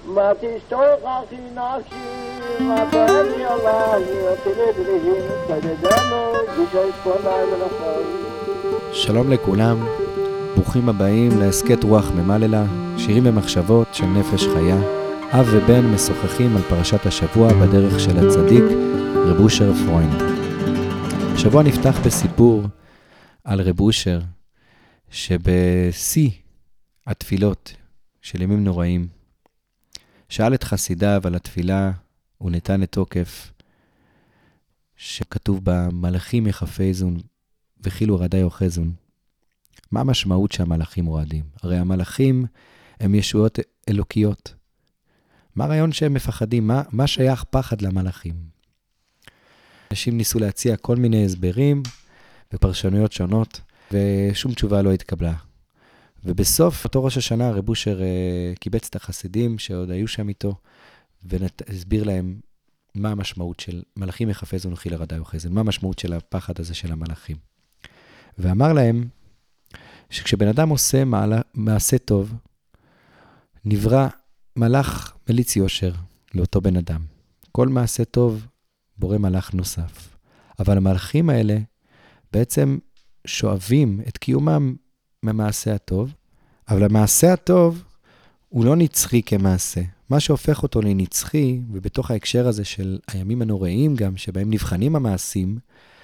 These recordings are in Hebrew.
מה תשתוך אחי נפשי, מה תעני עליי, תרד רהים, תדדנו, גישה אספונה ולחיים. שלום לכולם, ברוכים הבאים להסכת רוח ממללה, שירים ומחשבות של נפש חיה. אב ובן משוחחים על פרשת השבוע בדרך של הצדיק, רב אושר פרוינד. השבוע נפתח בסיפור על רב אושר, שבשיא התפילות של ימים נוראים, שאל את חסידיו על התפילה ונתן לתוקף, שכתוב בה מלאכים יחפזון וחילו רדי אוחזון. מה המשמעות שהמלאכים רועדים? הרי המלאכים הם ישועות אלוקיות. מה הרעיון שהם מפחדים? מה שייך פחד למלאכים? אנשים ניסו להציע כל מיני הסברים ופרשנויות שונות, ושום תשובה לא התקבלה. ובסוף אותו ראש השנה רב אושר קיבץ את החסידים שעוד היו שם איתו, והסביר להם מה המשמעות של מלאכים יחפזון וחיל רדי אוחזון, מה המשמעות של הפחד הזה של המלאכים. ואמר להם שכשבן אדם עושה מעשה טוב, נברא מלאך מליץ יושר לאותו בן אדם. כל מעשה טוב בורא מלאך נוסף. אבל המלאכים האלה בעצם שואבים את קיומם מהמעשה הטוב, אבל המעשה הטוב הוא לא נצחי כמעשה. מה שהופך אותו לנצחי, ובתוך ההקשר הזה של הימים הנוראים גם, שבהם נבחנים המעשים,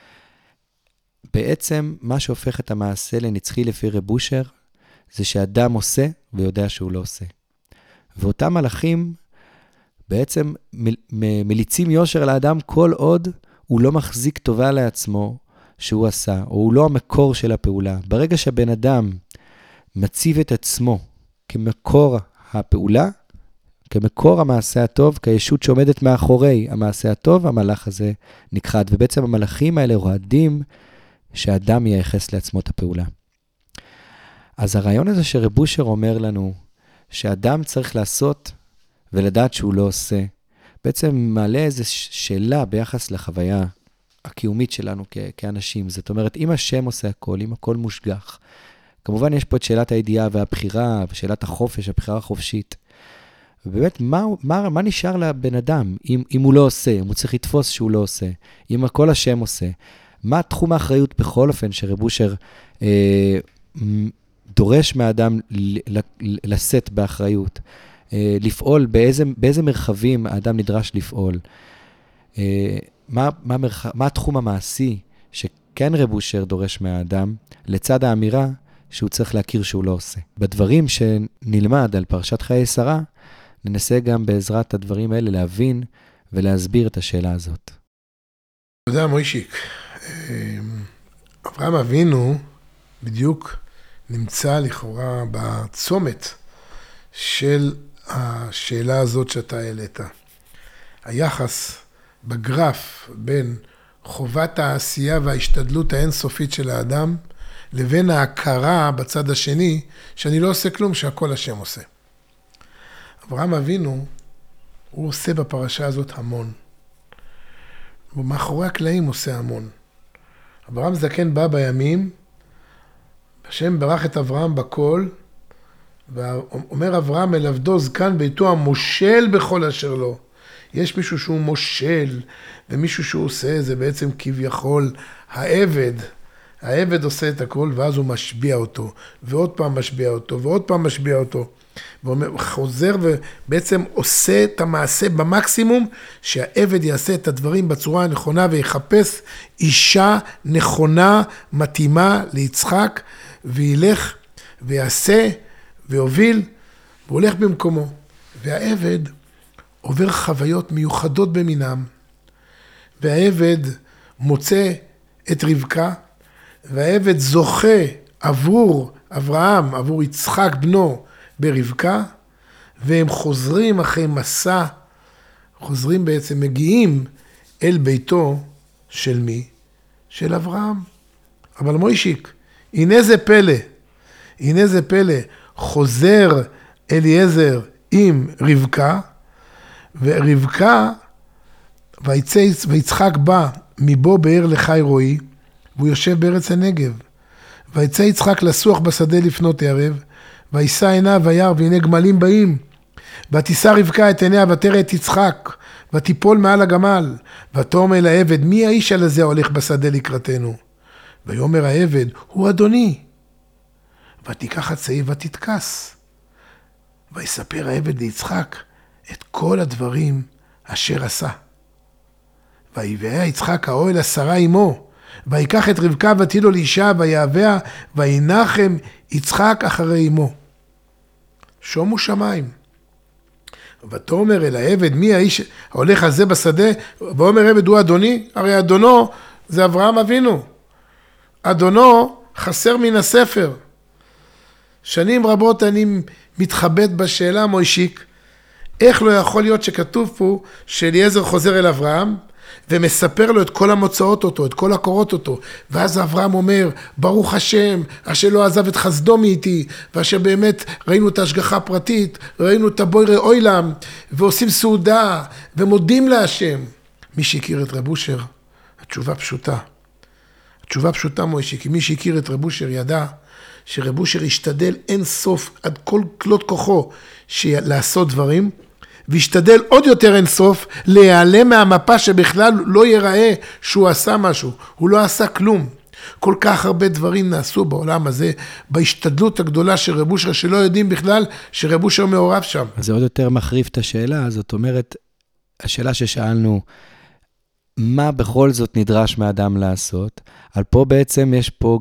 בעצם מה שהופך את המעשה לנצחי לפי רב אושר, זה שאדם עושה ויודע שהוא לא עושה. ואותם מלאכים בעצם מליצים יושר לאדם כל עוד הוא לא מחזיק טובה לעצמו שהוא עשה, או הוא לא המקור של הפעולה. ברגע שהבן אדם מציב את עצמו כמקור הפעולה, כמקור המעשה הטוב, כישות שעומדת מאחורי המעשה הטוב, המלאך הזה נכחד. ובעצם המלאכים האלה רועדים שאדם ייחס לעצמו את הפעולה. אז הרעיון הזה שרב אושר אומר לנו, שאדם צריך לעשות ולדעת שהוא לא עושה, בעצם מעלה איזו שאלה ביחס לחוויה הקיומית שלנו כאנשים. זאת אומרת, אם השם עושה הכל, אם הכל מושגח, כמובן יש פה את שאלת הידיעה והבחירה, ושאלת החופש, הבחירה החופשית. ובאמת, מה נשאר לבן אדם אם הוא לא עושה, אם הוא צריך לתפוס שהוא לא עושה, אם הכל השם עושה? מה תחום האחריות בכל אופן שרב אושר דורש מהאדם לשאת באחריות, לפעול, באיזה מרחבים האדם נדרש לפעול? מה התחום המעשי שכן רב אושר דורש מהאדם, לצד האמירה שהוא צריך להכיר שהוא לא עושה? בדברים שנלמד על פרשת חיי שרה, ננסה גם בעזרת הדברים האלה להבין ולהסביר את השאלה הזאת. תודה מוישיק. אברהם אבינו בדיוק נמצא לכאורה בצומת של השאלה הזאת שאתה העלית. היחס בגרף בין חובת העשייה וההשתדלות האינסופית של האדם, לבין ההכרה בצד השני, שאני לא עושה כלום, שהכל השם עושה. אברהם אבינו, הוא עושה בפרשה הזאת המון. ומאחורי הקלעים עושה המון. אברהם זקן בא בימים, השם ברך את אברהם בכל, ואומר אברהם אל עבדו זקן ביתו המושל בכל אשר לו. יש מישהו שהוא מושל, ומישהו שהוא עושה, זה בעצם כביכול העבד. העבד עושה את הכל, ואז הוא משביע אותו, ועוד פעם משביע אותו, ועוד פעם משביע אותו. וחוזר ובעצם עושה את המעשה במקסימום, שהעבד יעשה את הדברים בצורה הנכונה, ויחפש אישה נכונה, מתאימה ליצחק, וילך ויעשה ויוביל, והולך במקומו. והעבד עובר חוויות מיוחדות במינם, והעבד מוצא את רבקה, והעבד זוכה עבור אברהם, עבור יצחק בנו ברבקה, והם חוזרים אחרי מסע, חוזרים בעצם, מגיעים אל ביתו של מי? של אברהם. אבל מוישיק, הנה זה פלא, חוזר אליעזר עם רבקה, ורבקה, ויצחק בא מבוא באר לחי רועי, והוא יושב בארץ הנגב. ויצא יצחק לסוח בשדה לפנות ערב, וישא עיניו וירא, והנה גמלים באים, ותישא רבקה את עיניה ותראה את יצחק, ותיפול מעל הגמל, ותאמר אל העבד, מי האיש על הזה הולך בשדה לקראתנו? ויאמר העבד, הוא אדוני. ותיקח הצעיף ותתכס. ויספר העבד ליצחק את כל הדברים אשר עשה. ויבאה יצחק האוהל לשרה אמו, ויקח את רבקה ותהי לו לאישה, ויאהביה, וינחם יצחק אחרי אמו. שומו שמיים. ותאמר אל העבד, מי האיש ההולך הזה בשדה? ואומר העבד, הוא אדוני? הרי אדונו זה אברהם אבינו. אדונו חסר מן הספר. שנים רבות אני מתחבט בשאלה, מוישיק, איך לא יכול להיות שכתוב פה שאליעזר חוזר אל אברהם, ומספר לו את כל המוצאות אותו, את כל הקורות אותו, ואז אברהם אומר, ברוך השם, אשר לא עזב את חסדו מאיתי, ואשר באמת ראינו את ההשגחה הפרטית, ראינו את הבוירי אוילם, ועושים סעודה, ומודים להשם. מי שהכיר את רב אושר, התשובה פשוטה. התשובה פשוטה מוישי, כי מי שהכיר את רב אושר ידע, שרב אושר ישתדל אין סוף עד כל כלות כוחו לעשות דברים, וישתדל עוד יותר אין סוף להיעלם מהמפה שבכלל לא ייראה שהוא עשה משהו, הוא לא עשה כלום. כל כך הרבה דברים נעשו בעולם הזה, בהשתדלות הגדולה של רב אושר, שלא יודעים בכלל שרב אושר מעורב שם. אז זה עוד יותר מחריף את השאלה, זאת אומרת, השאלה ששאלנו, מה בכל זאת נדרש מאדם לעשות? על פה בעצם יש פה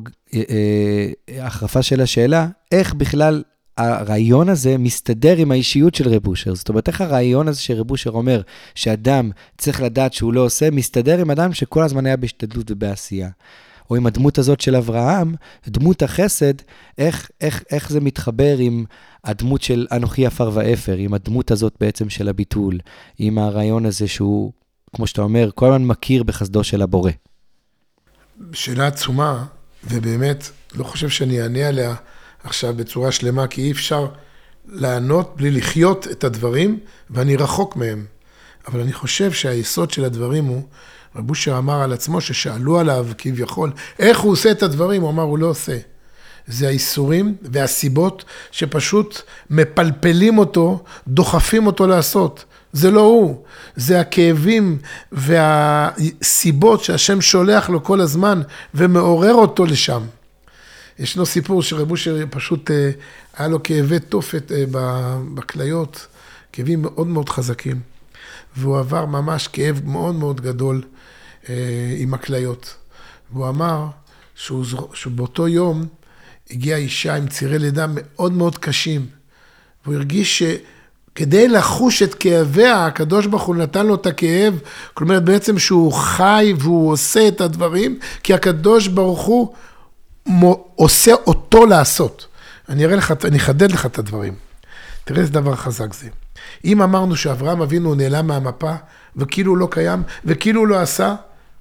החרפה של השאלה, איך בכלל הרעיון הזה מסתדר עם האישיות של רב אושר. זאת אומרת, איך הרעיון הזה שרב אושר אומר, שאדם צריך לדעת שהוא לא עושה, מסתדר עם אדם שכל הזמן היה בהשתדלות ובעשייה. או עם הדמות הזאת של אברהם, דמות החסד, איך זה מתחבר עם הדמות של אנוכי עפר ואפר, עם הדמות הזאת בעצם של הביטול, עם הרעיון הזה שהוא, כמו שאתה אומר, כל הזמן מכיר בחסדו של הבורא. שאלה עצומה, ובאמת לא חושב שאני אענה עליה עכשיו בצורה שלמה, כי אי אפשר לענות בלי לחיות את הדברים, ואני רחוק מהם. אבל אני חושב שהיסוד של הדברים הוא, רב אושר אמר על עצמו ששאלו עליו כביכול, איך הוא עושה את הדברים? הוא אמר, הוא לא עושה. זה האיסורים והסיבות שפשוט מפלפלים אותו, דוחפים אותו לעשות. זה לא הוא, זה הכאבים והסיבות שהשם שולח לו כל הזמן ומעורר אותו לשם. ישנו סיפור שרב אושר פשוט היה לו כאבי תופת בכליות, כאבים מאוד מאוד חזקים, והוא עבר ממש כאב מאוד מאוד גדול עם הכליות. והוא אמר שבאותו יום הגיעה אישה עם צירי לידה מאוד מאוד קשים, והוא הרגיש שכדי לחוש את כאביה, הקדוש ברוך הוא נתן לו את הכאב, כלומר בעצם שהוא חי והוא עושה את הדברים, כי הקדוש ברוך הוא עושה אותו לעשות. אני אראה לך, אני אחדד לך את הדברים. תראה איזה דבר חזק זה. אם אמרנו שאברהם אבינו נעלם מהמפה, וכאילו הוא לא קיים, וכאילו הוא לא עשה,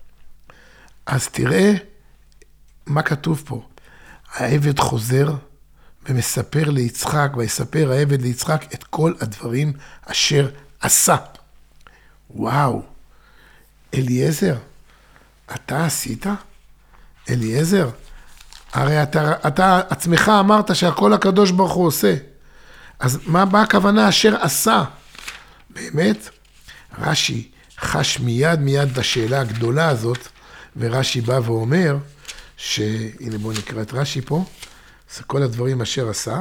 אז תראה מה כתוב פה. העבד חוזר ומספר ליצחק, ויספר העבד ליצחק את כל הדברים אשר עשה. וואו, אליעזר, אתה עשית? אליעזר, הרי אתה עצמך אמרת שהכל הקדוש ברוך הוא עושה. אז מה הכוונה אשר עשה? באמת, רש"י חש מיד בשאלה הגדולה הזאת, ורש"י בא ואומר, הנה בואו נקרא את רש"י פה, זה כל הדברים אשר עשה.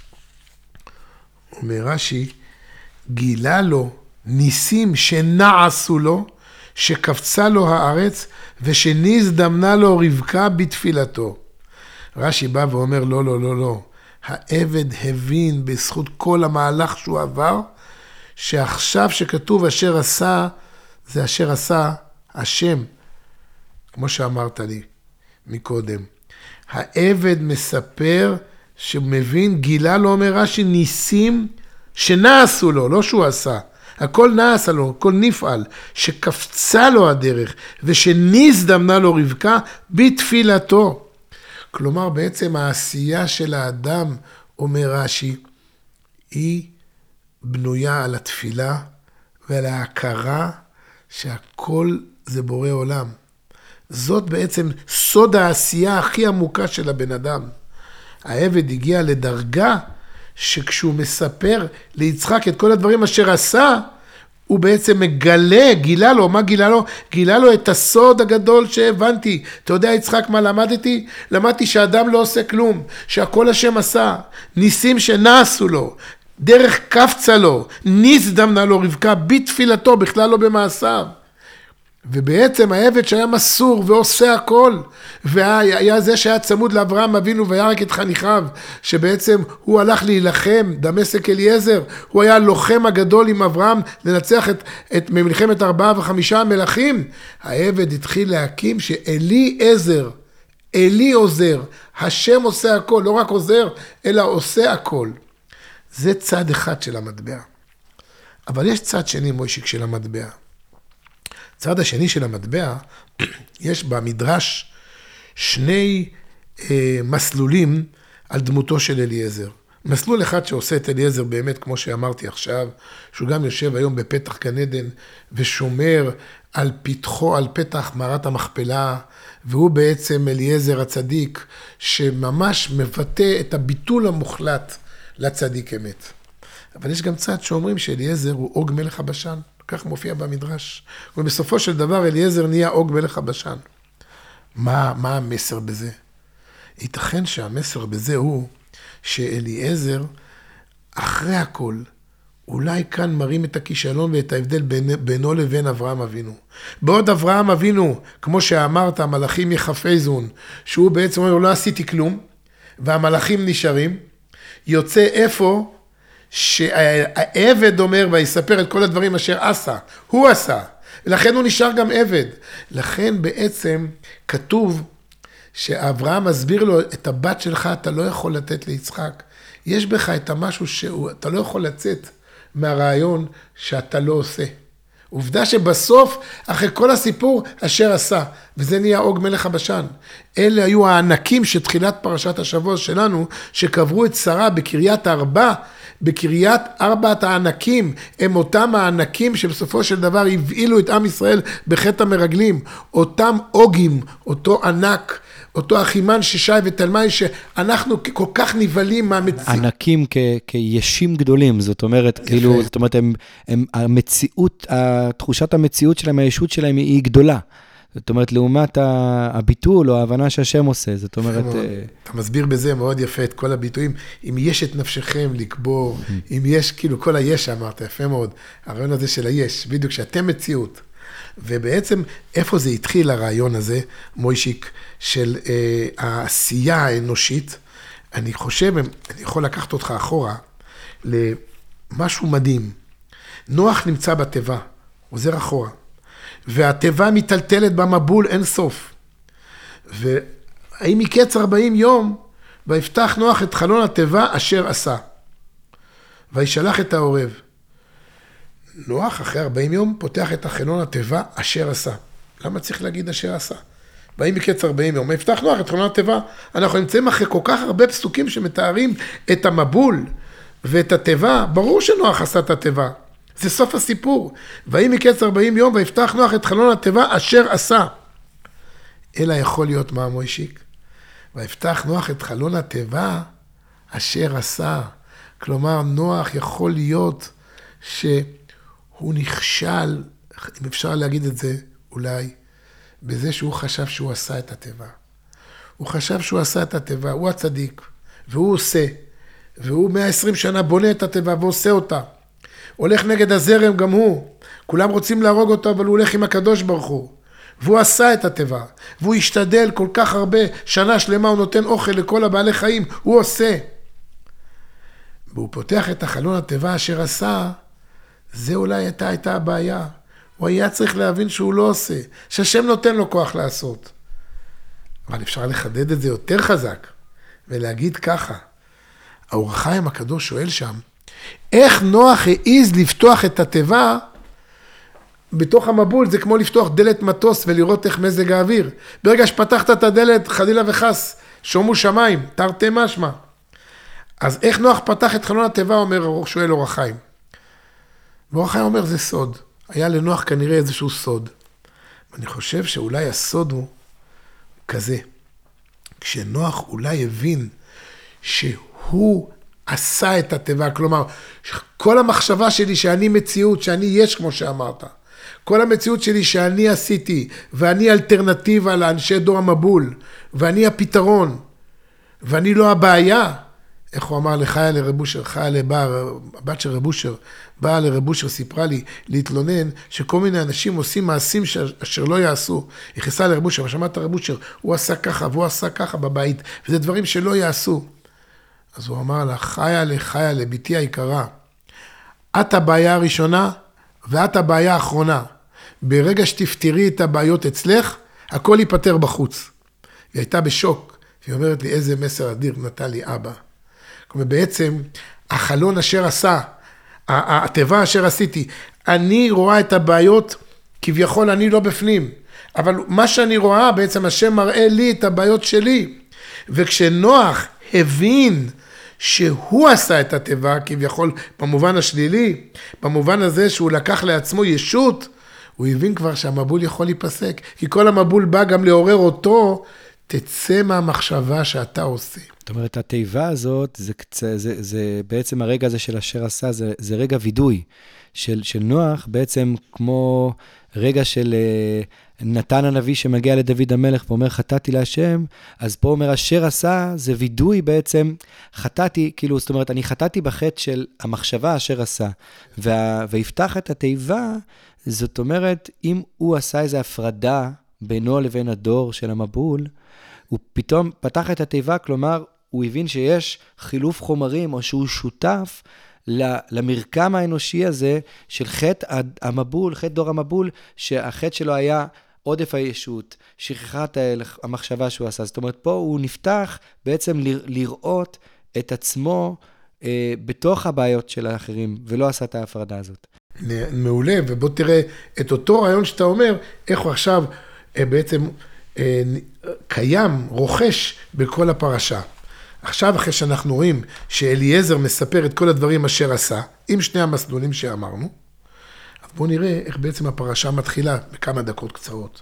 אומר רש"י, גילה לו ניסים שנעשו לו, שקפצה לו הארץ, ושנזדמנה לו רבקה בתפילתו. רש"י בא ואומר, לא. העבד הבין בזכות כל המהלך שהוא עבר, שעכשיו שכתוב אשר עשה, זה אשר עשה השם, כמו שאמרת לי מקודם. העבד מספר שמבין, גילה לו, אומר רש"י, ניסים שנעשו לו, לא שהוא עשה. הכל נעשה לו, הכל נפעל, שקפצה לו הדרך, ושנזדמנה לו רבקה בתפילתו. כלומר, בעצם העשייה של האדם, אומר רש"י, היא בנויה על התפילה ועל ההכרה שהכל זה בורא עולם. זאת בעצם סוד העשייה הכי עמוקה של הבן אדם. העבד הגיע לדרגה שכשהוא מספר ליצחק את כל הדברים אשר עשה, הוא בעצם מגלה, גילה לו, מה גילה לו? גילה לו את הסוד הגדול שהבנתי. אתה יודע יצחק מה למדתי? למדתי שהאדם לא עושה כלום, שהכל השם עשה, ניסים שנעשו לו, דרך קפצה לו, ניס דמנה לו רבקה, בתפילתו, בכלל לא במעשיו. ובעצם העבד שהיה מסור ועושה הכל, והיה זה שהיה צמוד לאברהם אבינו וירק את חניכיו, שבעצם הוא הלך להילחם, דמשק אליעזר, הוא היה הלוחם הגדול עם אברהם לנצח את מלחמת 4 ו5 המלכים. העבד התחיל להקים אלי עוזר, השם עושה הכל, לא רק עוזר, אלא עושה הכל. זה צד אחד של המטבע. אבל יש צד שני מוישיק של המטבע. הצד השני של המטבע, יש במדרש שני מסלולים על דמותו של אליעזר. מסלול אחד שעושה את אליעזר באמת, כמו שאמרתי עכשיו, שהוא גם יושב היום בפתח גן עדן ושומר על פתחו, על פתח מערת המכפלה, והוא בעצם אליעזר הצדיק, שממש מבטא את הביטול המוחלט לצדיק אמת. אבל יש גם צד שאומרים שאליעזר הוא אוג מלך הבשן. כך מופיע במדרש. ובסופו של דבר אליעזר נהיה אוג מלך הבשן. מה המסר בזה? ייתכן שהמסר בזה הוא שאליעזר, אחרי הכל, אולי כאן מראים את הכישלון ואת ההבדל בינו לבין אברהם אבינו. בעוד אברהם אבינו, כמו שאמרת, המלאכים יחפזון, שהוא בעצם אומר, לא עשיתי כלום, והמלאכים נשארים, יוצא איפה שהעבד אומר ויספר את כל הדברים אשר עשה, הוא עשה, ולכן הוא נשאר גם עבד. לכן בעצם כתוב שאברהם מסביר לו, את הבת שלך אתה לא יכול לתת ליצחק, יש בך את המשהו שאתה לא יכול לצאת מהרעיון שאתה לא עושה. עובדה שבסוף, אחרי כל הסיפור, אשר עשה, וזה נהיה אוג מלך הבשן. אלה היו הענקים שתחילת פרשת השבוע שלנו, שקברו את שרה בקריית ארבע, בקריית ארבעת הענקים, הם אותם הענקים שבסופו של דבר הבעילו את עם ישראל בחטא המרגלים. אותם אוגים, אותו ענק, אותו אחימן ששי ותלמי, שאנחנו כל כך נבלים מהמציאות. ענקים כישים גדולים, זאת אומרת, כאילו, זאת אומרת, המציאות, תחושת המציאות שלהם, הישות שלהם היא גדולה. זאת אומרת, לעומת הביטול או ההבנה שהשם עושה, זאת אומרת... אתה מסביר בזה מאוד יפה את כל הביטויים, אם יש את נפשכם לקבור, אם יש, כאילו, כל היש אמרת, יפה מאוד, הרעיון הזה של היש, בדיוק שאתם מציאות. ובעצם, איפה זה התחיל הרעיון הזה, מוישיק, של העשייה האנושית, אני חושב, אני יכול לקחת אותך אחורה, למשהו מדהים. נוח נמצא בתיבה, עוזר אחורה. והטבע מטלטלת במבול אין סוף. והאם מקץ 40 יום, ויפתח נוח את חלון הטבע אשר עשה. וישלח את העורב. נוח אחרי 40 יום פותח את חלון הטבע אשר עשה. למה צריך להגיד אשר עשה? והאם מקץ 40 יום, ויפתח נוח את חלון הטבע. אנחנו נמצאים אחרי כל כך הרבה פסוקים שמתארים את המבול ואת הטבע. ברור שנוח עשה את הטבע. זה סוף הסיפור. והאם מקץ 40 יום, ויפתח נוח את חלון הטבע אשר עשה. אלא יכול להיות מה מוישיק? ויפתח נוח את חלון הטבע אשר עשה. כלומר, נוח יכול להיות שהוא נכשל, אם אפשר להגיד את זה אולי, בזה שהוא חשב שהוא עשה את הטבע. הוא חשב שהוא עשה את הטבע, הוא הצדיק, והוא עושה, והוא 120 שנה בונה את הטבע ועושה אותה. הולך נגד הזרם גם הוא. כולם רוצים להרוג אותו, אבל הוא הולך עם הקדוש ברוך הוא. והוא עשה את הטבע. והוא השתדל כל כך הרבה, שנה שלמה הוא נותן אוכל לכל הבעלי חיים. הוא עושה. והוא פותח את החלון הטבע אשר עשה, זה אולי הייתה הבעיה. הוא היה צריך להבין שהוא לא עושה. שהשם נותן לו כוח לעשות. אבל אפשר לחדד את זה יותר חזק. ולהגיד ככה. האור החיים הקדוש שואל שם, איך נוח העיז לפתוח את הטבע בתוך המבול? זה כמו לפתוח דלת מטוס ולראות איך מזג האוויר. ברגע שפתחת את הדלת, חלילה וחס, שומו שמיים, תרתי משמע. אז איך נוח פתח את חלון הטבע, שואל אור החיים. ואור החיים אומר, זה סוד. היה לנוח כנראה איזשהו סוד. ואני חושב שאולי הסוד הוא כזה. כשנוח אולי הבין שהוא עשה את התיבה, כלומר, כל המחשבה שלי שאני מציאות, שאני יש כמו שאמרת, כל המציאות שלי שאני עשיתי, ואני אלטרנטיבה לאנשי דור המבול, ואני הפתרון, ואני לא הבעיה, איך הוא אמר לחיה לרבושר, חיה לבא, הבת של רבושר, באה לרבושר, סיפרה לי להתלונן, שכל מיני אנשים עושים מעשים אשר לא יעשו. היא חיסה לרבושר, ושמעת רבושר, הוא עשה ככה, והוא עשה ככה בבית, וזה דברים שלא יעשו. אז הוא אמר לה, חיה לביתי היקרה, את הבעיה הראשונה, ואת הבעיה האחרונה. ברגע שתפתרי את הבעיות אצלך, הכל ייפטר בחוץ. היא הייתה בשוק, והיא אומרת לי, איזה מסר אדיר נתן לי אבא. כלומר, בעצם, החלון אשר עשה, התיבה אשר עשיתי, אני רואה את הבעיות, כביכול אני לא בפנים, אבל מה שאני רואה, בעצם השם מראה לי את הבעיות שלי, וכשנוח הבין שהוא עשה את התיבה, כביכול במובן השלילי, במובן הזה שהוא לקח לעצמו ישות, הוא הבין כבר שהמבול יכול להיפסק, כי כל המבול בא גם לעורר אותו, תצא מהמחשבה שאתה עושה. זאת אומרת, התיבה הזאת, זה בעצם הרגע הזה של אשר עשה, זה רגע וידוי של נוח, בעצם כמו רגע של נתן הנביא שמגיע לדוד המלך ואומר, חטאתי להשם, אז פה אומר, אשר עשה, זה וידוי בעצם, חטאתי, כאילו, זאת אומרת, אני חטאתי בחטא של המחשבה אשר עשה, ויפתח את התיבה, זאת אומרת, אם הוא עשה איזו הפרדה בינו לבין הדור של המבול, הוא פתאום פתח את התיבה, כלומר, הוא הבין שיש חילוף חומרים, או שהוא שותף למרקם האנושי הזה של חטא המבול, חטא דור המבול, שהחטא שלו היה עודף הישות, שכחת המחשבה שהוא עשה. זאת אומרת, פה הוא נפתח בעצם לראות את עצמו בתוך הבעיות של האחרים, ולא עשה את ההפרדה הזאת. מעולה, ובוא תראה את אותו רעיון שאתה אומר, איך הוא עכשיו בעצם קיים, רוכש בכל הפרשה. עכשיו, אחרי שאנחנו רואים שאליעזר מספר את כל הדברים אשר עשה, עם שני המסלולים שאמרנו, אז בואו נראה איך בעצם הפרשה מתחילה בכמה דקות קצרות.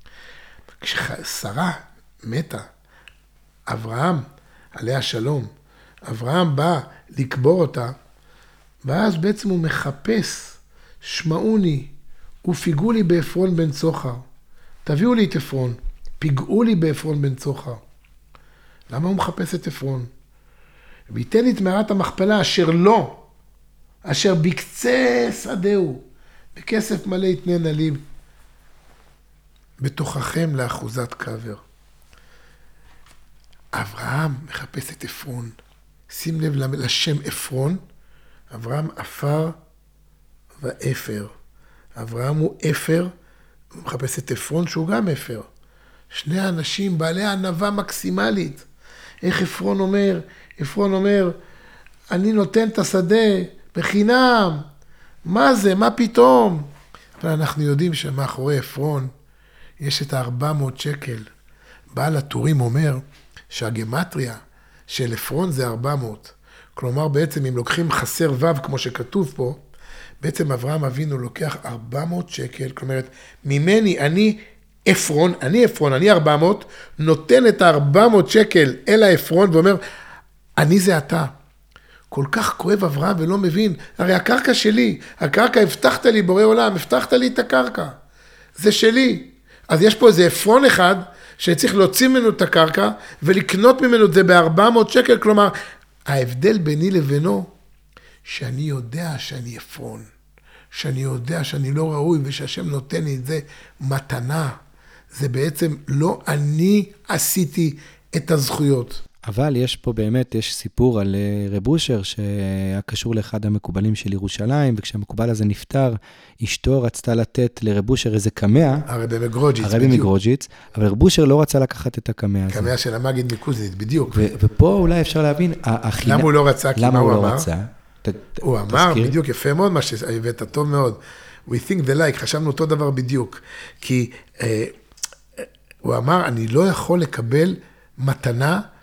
כששרה מתה, אברהם, עליה שלום, אברהם בא לקבור אותה, ואז בעצם הוא מחפש, שמעוני, ופיגעו לי בעפרון בן צוחר. תביאו לי את עפרון, פיגעו לי בעפרון בן צוחר. למה הוא מחפש את עפרון? ויתן לי את מערת המכפלה אשר לא, אשר בקצה שדהו, בכסף מלא יתננה לי, בתוככם לאחוזת קבר. אברהם מחפש את עפרון. שים לב לשם עפרון, אברהם אפר ואפר. אברהם הוא אפר, הוא מחפש את עפרון שהוא גם אפר. שני האנשים בעלי ענווה מקסימלית. איך עפרון אומר? עפרון אומר, אני נותן את השדה בחינם. מה זה? מה פתאום? אבל אנחנו יודעים שמאחורי עפרון יש את 400 שקל. בעל הטורים אומר שהגמטריה של עפרון זה 400. כלומר, בעצם אם לוקחים חסר ו' כמו שכתוב פה, בעצם אברהם אבינו לוקח 400 שקל, כלומר, ממני אני עפרון, אני 400, נותן את 400 שקל אל העפרון ואומר, אני זה אתה. כל כך כואב אברהם ולא מבין, הרי הקרקע שלי, הקרקע הבטחת לי בורא עולם, הבטחת לי את הקרקע, זה שלי. אז יש פה איזה עפרון אחד, שצריך להוציא ממנו את הקרקע, ולקנות ממנו את זה ב-400 שקל, כלומר, ההבדל ביני לבינו, שאני יודע שאני עפרון, שאני יודע שאני לא ראוי, ושהשם נותן לי את זה מתנה, זה בעצם לא אני עשיתי את הזכויות. אבל יש פה באמת, יש סיפור על רב אושר, שהיה קשור לאחד המקובלים של ירושלים, וכשהמקובל הזה נפטר, אשתו רצתה לתת לרב אושר איזה קמע. הרבי מגרוג'יץ, הרבי מגרוג'יץ, אבל רב אושר לא רצה לקחת את הקמע הזה. קמע של המגיד מקוזנית, בדיוק. ופה אולי אפשר להבין, למה הוא לא רצה? למה הוא לא רצה? הוא אמר, בדיוק יפה מאוד, מה שהבאת טוב מאוד. We think the like, חשבנו אותו דבר בדיוק. כי הוא אמר, אני לא יכול לקבל מתנה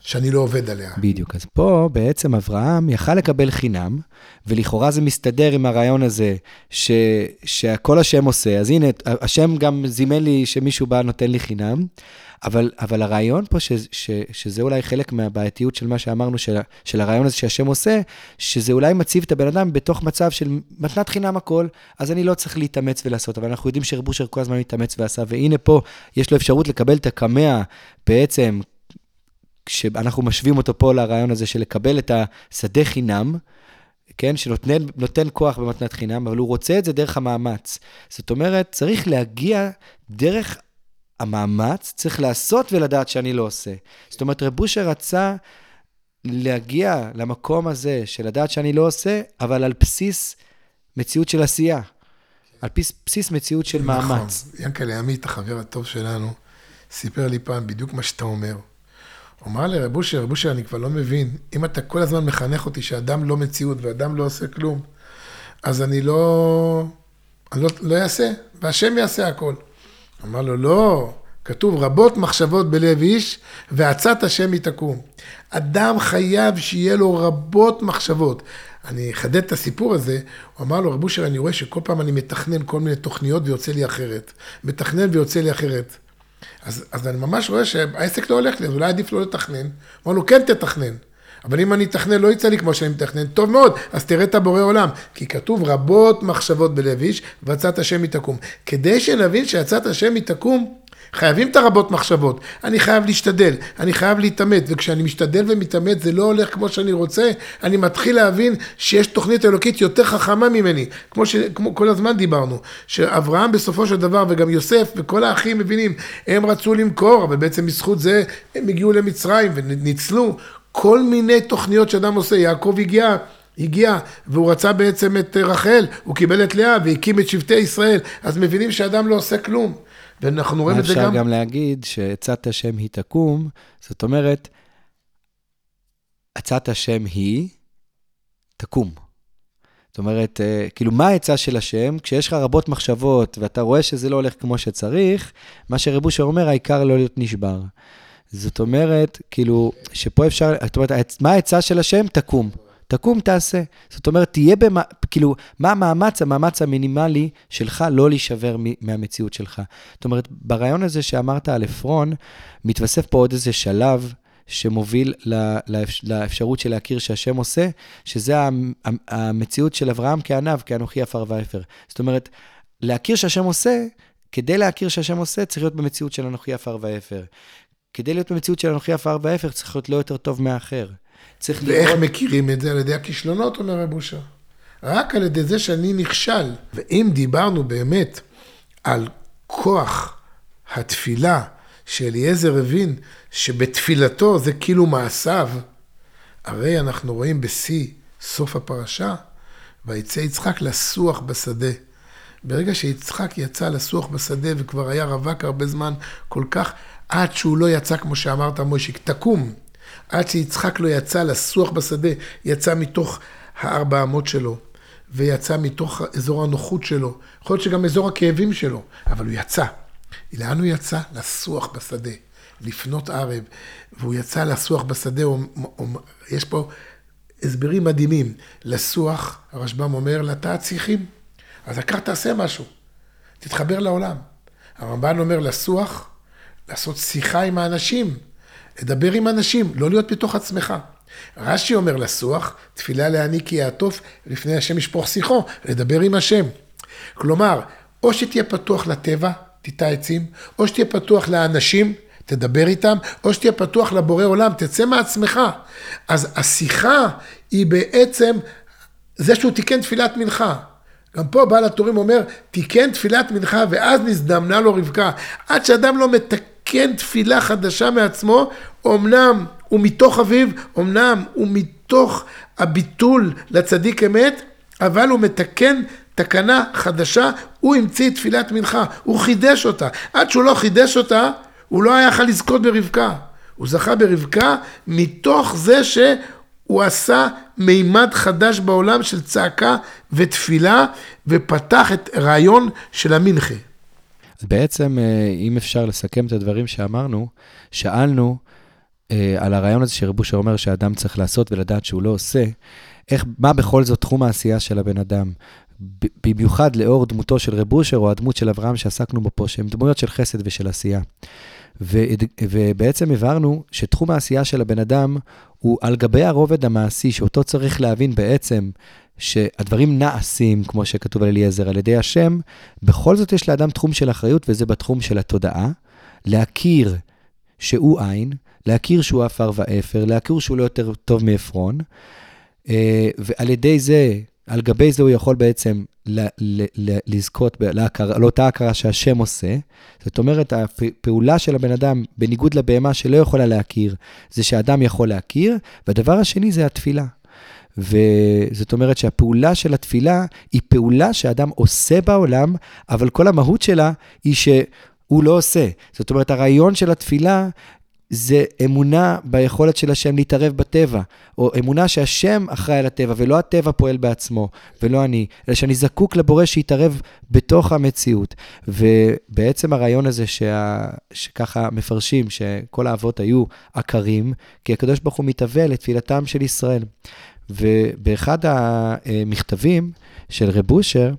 שאני לא עובד עליה. בדיוק, אז פה בעצם אברהם יכל לקבל חינם, ולכאורה זה מסתדר עם הרעיון הזה, שכל השם עושה, אז הנה, השם גם זימן לי שמישהו בא נותן לי חינם, אבל הרעיון פה, שזה אולי חלק מהבעייתיות של מה שאמרנו, של הרעיון הזה שהשם עושה, שזה אולי מציב את הבן אדם בתוך מצב של מתנת חינם הכל, אז אני לא צריך להתאמץ ולעשות, אבל אנחנו יודעים שרב אושר כל הזמן מתאמץ ועשה, והנה פה יש לו אפשרות לקבל את הקמע בעצם, כשאנחנו משווים אותו פה לרעיון הזה של לקבל את השדה חינם, כן, שנותן כוח במתנת חינם, אבל הוא רוצה את זה דרך המאמץ. זאת אומרת, צריך להגיע דרך המאמץ, צריך לעשות ולדעת שאני לא עושה. זאת אומרת, רב אושר רצה להגיע למקום הזה של לדעת שאני לא עושה, אבל על בסיס מציאות של עשייה. על בסיס מציאות של מאמץ. נכון. ינקלה עמית, החבר הטוב שלנו, סיפר לי פעם בדיוק מה שאתה אומר. הוא אמר לי, רב אושר, אני כבר לא מבין, אם אתה כל הזמן מחנך אותי שאדם לא מציאות ואדם לא עושה כלום, אז אני לא אעשה, והשם יעשה הכל. אמר לו, לא, כתוב רבות מחשבות בלב איש, ועצת השם היא תקום. אדם חייב שיהיה לו רבות מחשבות. אני אחדד את הסיפור הזה, הוא אמר לו, רב אושר, אני רואה שכל פעם אני מתכנן כל מיני תוכניות ויוצא לי אחרת. מתכנן ויוצא לי אחרת. אז אני ממש רואה שהעסק לא הולך לי, אז אולי עדיף לא לתכנן. אמר לו, כן תתכנן. אבל אם אני אתכנן, לא יצא לי כמו שאני מתכנן. טוב מאוד, אז תראה את הבורא עולם. כי כתוב רבות מחשבות בלב איש, ועצת השם היא תקום. כדי שנבין שעצת השם היא תקום, חייבים את הרבות מחשבות. אני חייב להשתדל, אני חייב להתאמץ, וכשאני משתדל ומתאמץ, זה לא הולך כמו שאני רוצה, אני מתחיל להבין שיש תוכנית אלוקית יותר חכמה ממני, כמו כל הזמן דיברנו, שאברהם בסופו של דבר, וגם יוסף, וכל האחים מבינים, הם רצו למכור, אבל בעצם בזכות זה, הם הגיעו למצרים וניצלו, כל מיני תוכניות שאדם עושה, יעקב הגיע, והוא רצה בעצם את רחל, הוא קיבל את לאה, והקים את שבטי ישראל, אז מבינים שאדם לא עושה כלום. ואנחנו רואים את זה גם... אפשר גם להגיד שעצת השם היא תקום, זאת אומרת, עצת השם היא תקום. זאת אומרת, כאילו, מה העצה של השם? כשיש לך רבות מחשבות, ואתה רואה שזה לא הולך כמו שצריך, מה שרב אושר אומר, העיקר לא להיות נשבר. זאת אומרת, כאילו, שפה אפשר, זאת אומרת, מה העצה של השם? תקום. תקום, תעשה. זאת אומרת, תהיה כאילו, מה המאמץ המינימלי שלך לא להישבר מהמציאות שלך. זאת אומרת, ברעיון הזה שאמרת על אפרון, מתווסף פה עוד איזה שלב שמוביל לאפשרות של להכיר שהשם עושה, שזה המציאות של אברהם כענב, כאנוכי עפר ואפר. זאת אומרת, להכיר שהשם עושה, כדי להכיר שהשם עושה, צריך להיות במציאות של אנוכי עפר ואפר. כדי להיות במציאות של אנוכי עפר ואפר, צריך להיות לא יותר טוב מאחר. ואיך מכירים את זה? על ידי הכישלונות, אומר רב אושר. רק על ידי זה שאני נכשל. ואם דיברנו באמת על כוח התפילה שאליעזר הבין שבתפילתו זה כאילו מעשיו, הרי אנחנו רואים בשיא סוף הפרשה, ויצא יצחק לסוח בשדה. ברגע שיצחק יצא לסוח בשדה וכבר היה רווק הרבה זמן כל כך, עד שהוא לא יצא כמו שאמרת מוישיק, תקום. עד שיצחק לא יצא לסוח בשדה, יצא מתוך 400 שלו, ויצא מתוך אזור הנוחות שלו, יכול להיות שגם אזור הכאבים שלו, אבל הוא יצא. לאן הוא יצא? לסוח בשדה, לפנות ערב, והוא יצא לסוח בשדה, יש פה הסברים מדהימים, לסוח, הרשב"ם אומר, לטעת שיחים, אז העיקר תעשה משהו, תתחבר לעולם. הרמב"ן אומר לסוח, לעשות שיחה עם האנשים, לדבר עם אנשים, לא להיות בתוך עצמך. רש"י אומר לסוח, תפילה להעניק יעטוף, לפני השם ישפוך שיחו, לדבר עם השם. כלומר, או שתהיה פתוח לטבע, תיטע עצים, או שתהיה פתוח לאנשים, תדבר איתם, או שתהיה פתוח לבורא עולם, תצא מעצמך. אז השיחה היא בעצם זה שהוא תיקן תפילת מנחה. גם פה בעל התורים אומר, תיקן תפילת מנחה, ואז נזדמנה לו רבקה. עד שאדם לא מתקן תפילה חדשה מעצמו, אמנם הוא מתוך אביו, אמנם הוא מתוך הביטול לצדיק אמת, אבל הוא מתקן תקנה חדשה, הוא המציא תפילת מנחה, הוא חידש אותה. עד שהוא לא חידש אותה, הוא לא היה יכול לזכות ברבקה. הוא זכה ברבקה מתוך זה שהוא עשה מימד חדש בעולם של צעקה ותפילה, ופתח את רעיון של המנחה. בעצם, אם אפשר לסכם את הדברים שאמרנו, שאלנו, על הרעיון הזה שרב אושר אומר שהאדם צריך לעשות ולדעת שהוא לא עושה, מה בכל זאת תחום העשייה של הבן אדם, במיוחד לאור דמותו של רב אושר או הדמות של אברהם שעסקנו בו פה, שהן דמויות של חסד ושל עשייה. ובעצם הבהרנו שתחום העשייה של הבן אדם הוא על גבי הרובד המעשי, שאותו צריך להבין בעצם שהדברים נעשים, כמו שכתוב על אליעזר, על ידי השם, בכל זאת יש לאדם תחום של אחריות, וזה בתחום של התודעה, להכיר שהוא עין, להכיר שהוא אפר ואפר, להכיר שהוא לא יותר טוב מעפרון, ועל ידי זה, על גבי זה הוא יכול בעצם לזכות על אותה הכרה שהשם עושה. זאת אומרת, הפעולה של הבן אדם, בניגוד לבהמה שלא יכולה להכיר, זה שהאדם יכול להכיר, והדבר השני זה התפילה. וזאת אומרת שהפעולה של התפילה היא פעולה שאדם עושה בעולם, אבל כל המהות שלה היא שהוא לא עושה. זאת אומרת, הרעיון של התפילה זה אמונה ביכולת של השם להתערב בטבע, או אמונה שהשם אחראי על הטבע, ולא הטבע פועל בעצמו, ולא אני, אלא שאני זקוק לבורא שיתערב בתוך המציאות. ובעצם הרעיון הזה שככה מפרשים, שכל האבות היו עקרים, כי הקדוש ברוך הוא מתהווה לתפילתם של ישראל. ובאחד המכתבים של רב אושר,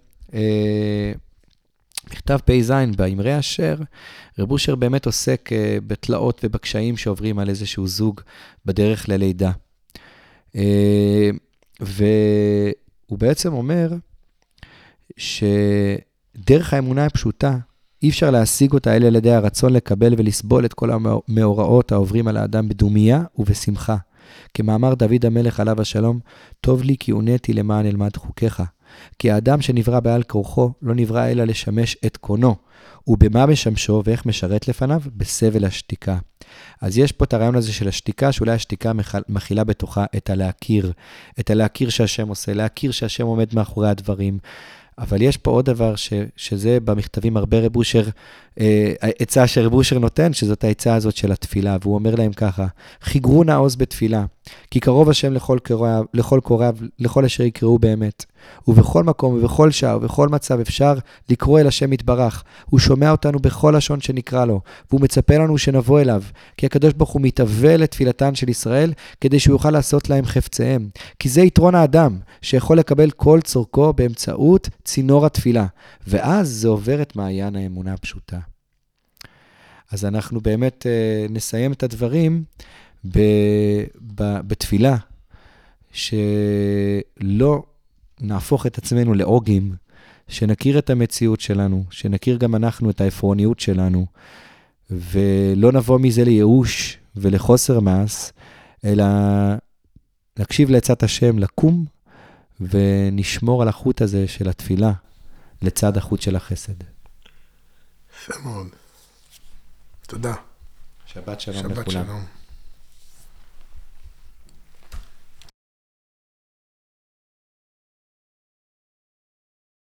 מכתב פ"ז באמרי אשר, רב אושר באמת עוסק בתלאות ובקשיים שעוברים על איזשהו זוג בדרך ללידה. והוא בעצם אומר שדרך האמונה הפשוטה, אי אפשר להשיג אותה אלא על ידי הרצון לקבל ולסבול את כל המאורעות העוברים על האדם בדומיה ובשמחה. כמאמר דוד המלך עליו השלום, טוב לי כי עוניתי למען אלמד חוקיך. כי האדם שנברא בעל כורחו לא נברא אלא לשמש את קונו, ובמה משמשו ואיך משרת לפניו? בסבל השתיקה. אז יש פה את הרעיון הזה של השתיקה, שאולי השתיקה מכילה בתוכה את הלהכיר שהשם עושה, להכיר שהשם עומד מאחורי הדברים. אבל יש פה עוד דבר שזה במכתבים הרבה רב אושר, עצה שרב אושר נותן, שזאת העצה הזאת של התפילה, והוא אומר להם ככה, חיגרו נא עוז בתפילה, כי קרוב השם לכל קוריו, לכל אשר יקראו באמת. ובכל מקום ובכל שעה ובכל מצב אפשר לקרוא אל השם יתברך. הוא שומע אותנו בכל לשון שנקרא לו, והוא מצפה לנו שנבוא אליו, כי הקדוש ברוך הוא מתהווה לתפילתן של ישראל, כדי שהוא יוכל לעשות להם חפציהם. כי זה יתרון האדם, שיכול לקבל כל צורכו באמצעות צינור התפילה, ואז זה עובר את מעיין האמונה הפשוטה. אז אנחנו באמת נסיים את הדברים בתפילה, שלא נהפוך את עצמנו לאוגים, שנכיר את המציאות שלנו, שנכיר גם אנחנו את העפרוניות שלנו, ולא נבוא מזה לייאוש ולחוסר מעש, אלא להקשיב לעצת השם, לקום, ונשמור על החוט הזה של התפילה, לצד החוט של החסד. יפה מאוד. תודה. שבת שלום לכולם. שבת שלום.